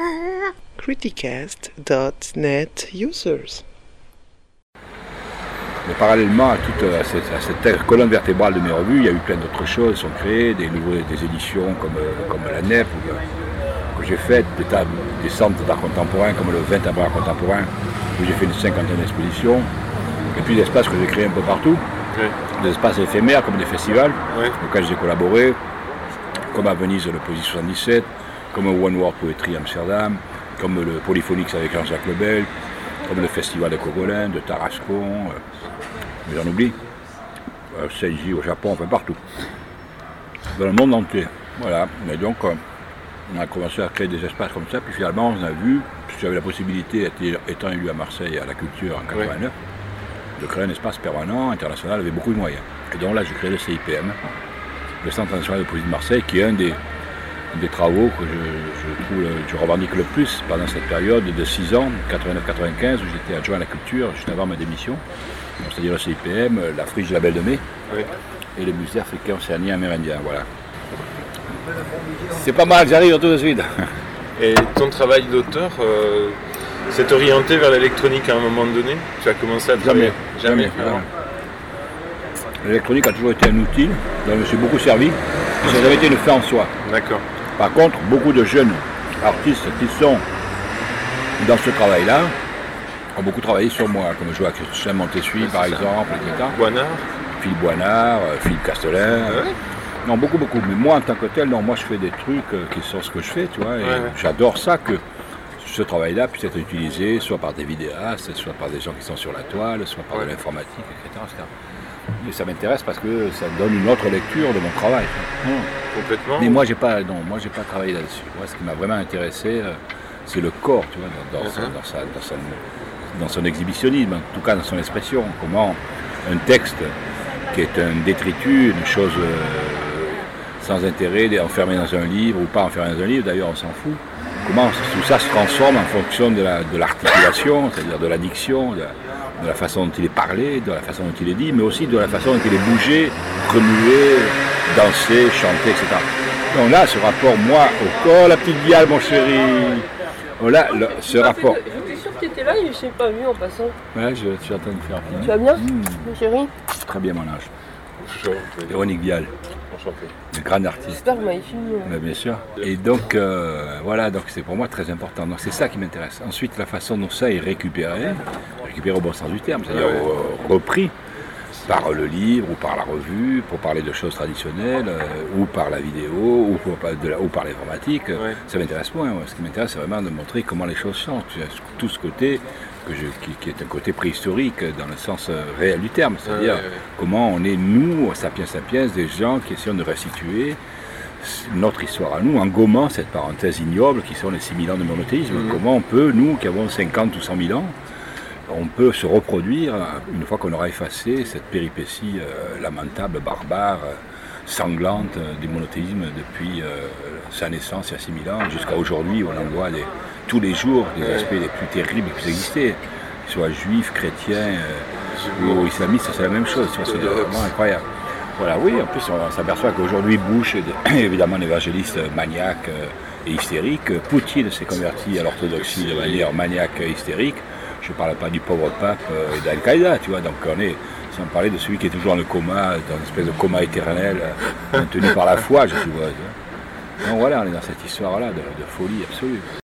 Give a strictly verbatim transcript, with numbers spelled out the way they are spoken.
Criticast dot net users. Mais parallèlement à toute à cette, à cette colonne vertébrale de mes revues, il y a eu plein d'autres choses qui sont créées, des, nouveaux, des éditions comme, comme la N E P que j'ai faites, des, des centres d'art contemporain comme le vingt ans d'art contemporain, où j'ai fait une cinquantaine d'expositions, et puis des espaces que j'ai créés un peu partout, oui. Des espaces éphémères comme des festivals, oui. Auxquels j'ai collaboré, comme à Venise le Poésie soixante-dix-sept, comme au One World Poetry Amsterdam, comme le Polyphonix avec Jean-Jacques Lebel, comme le Festival de Cogolin, de Tarascon, euh, mais j'en oublie, euh, Seiji au Japon, enfin partout, dans le monde entier. Voilà, et donc euh, on a commencé à créer des espaces comme ça, puis finalement on a vu, puisque j'avais la possibilité, étant élu à Marseille à la culture en quatre-vingt-neuf, oui. De créer un espace permanent, international, avec beaucoup de moyens. Et donc là j'ai créé le C I P M, le Centre international de poésie de Marseille, qui est un des, des travaux que je, je, trouve, je revendique le plus pendant cette période de six ans, quatre-vingt-neuf quatre-vingt-quinze, où j'étais adjoint à la culture, juste avant ma démission. C'est-à-dire le C I P M, la friche de la Belle de Mai, oui. Et le musée africain océanien amérindien, voilà. C'est pas mal, j'arrive tout de suite. Et ton travail d'auteur euh, s'est orienté vers l'électronique à un moment donné? Tu as commencé à travailler? Jamais. Jamais. Jamais. L'électronique a toujours été un outil dont je me suis beaucoup servi, mais ça n'a jamais été une fin en soi. D'accord. Par contre, beaucoup de jeunes artistes qui sont dans ce travail-là ont beaucoup travaillé sur moi, comme Joachim Montessuie par exemple, et cetera. Boinard Philippe Boinard, Philippe Castelin. Ah ouais. Non, beaucoup, beaucoup. Mais moi, en tant que tel, non, moi, je fais des trucs euh, qui sont ce que je fais, tu vois. Et ouais. J'adore ça, que ce travail-là puisse être utilisé, soit par des vidéastes, soit par des gens qui sont sur la toile, soit par ouais. de l'informatique, et cetera, et cetera. Et ça m'intéresse parce que ça donne une autre lecture de mon travail. Mmh. Complètement. Mais moi, j'ai pas, non, moi, j'ai pas travaillé là-dessus. Moi, ce qui m'a vraiment intéressé, euh, c'est le corps, tu vois, dans, dans, mmh. sa, dans, sa, dans, sa, dans son exhibitionnisme, en tout cas dans son expression. Comment un texte qui est un détritus, une chose euh, sans intérêt, enfermé dans un livre ou pas enfermé dans un livre, d'ailleurs on s'en fout. Comment tout ça se transforme en fonction de, la, de l'articulation, c'est-à-dire de la diction, de la, de la façon dont il est parlé, de la façon dont il est dit, mais aussi de la façon dont il est bougé, remué, dansé, chanté, et cetera. Donc là, ce rapport, moi, au corps, la petite Dial, mon chéri, oh là, le, ce rapport... J'étais sûr que tu étais là et je ne t'ai pas vu en passant. Ouais, je, je suis en train de faire un film. Tu vas bien, mmh. mon chéri? Très bien, mon âge. Véronique Vial. Enchanté. Le grand artiste. J'espère que vous m'avez filmé. Mais bien sûr. Et donc, euh, voilà, donc c'est pour moi très important. Donc c'est ça qui m'intéresse. Ensuite, la façon dont ça est récupéré, récupéré au bon sens du terme, c'est-à-dire ouais. euh, repris par le livre ou par la revue, pour parler de choses traditionnelles, euh, ou par la vidéo, ou, pour, de la, ou par l'informatique, ouais. Ça m'intéresse moins. Ce qui m'intéresse, c'est vraiment de montrer comment les choses changent. Tout ce côté que je, qui, qui est un côté préhistorique dans le sens euh, réel du terme, c'est-à-dire ouais, ouais, ouais. Comment on est, nous, sapiens sapiens, des gens qui essayent de restituer notre histoire à nous, en gommant cette parenthèse ignoble qui sont les six mille ans de monothéisme. Mmh. Comment on peut, nous, qui avons cinquante ou cent mille ans, on peut se reproduire une fois qu'on aura effacé cette péripétie euh, lamentable, barbare, euh, sanglante euh, du monothéisme depuis euh, sa naissance il y a six mille ans jusqu'à aujourd'hui où on en voit des, tous les jours des aspects les plus terribles qui puissent exister, qu'ils soient juifs, chrétiens euh, ou islamistes, c'est la même chose, c'est vraiment incroyable. Voilà, oui, en plus on s'aperçoit qu'aujourd'hui Bush est évidemment un évangéliste maniaque et hystérique. Poutine s'est converti à l'orthodoxie de manière maniaque et hystérique. Je ne parle pas du pauvre pape et d'Al-Qaïda, tu vois, donc on est, si on parlait de celui qui est toujours dans le coma, dans une espèce de coma éternel, maintenu par la foi, je suppose. Donc voilà, on est dans cette histoire-là de, de folie absolue.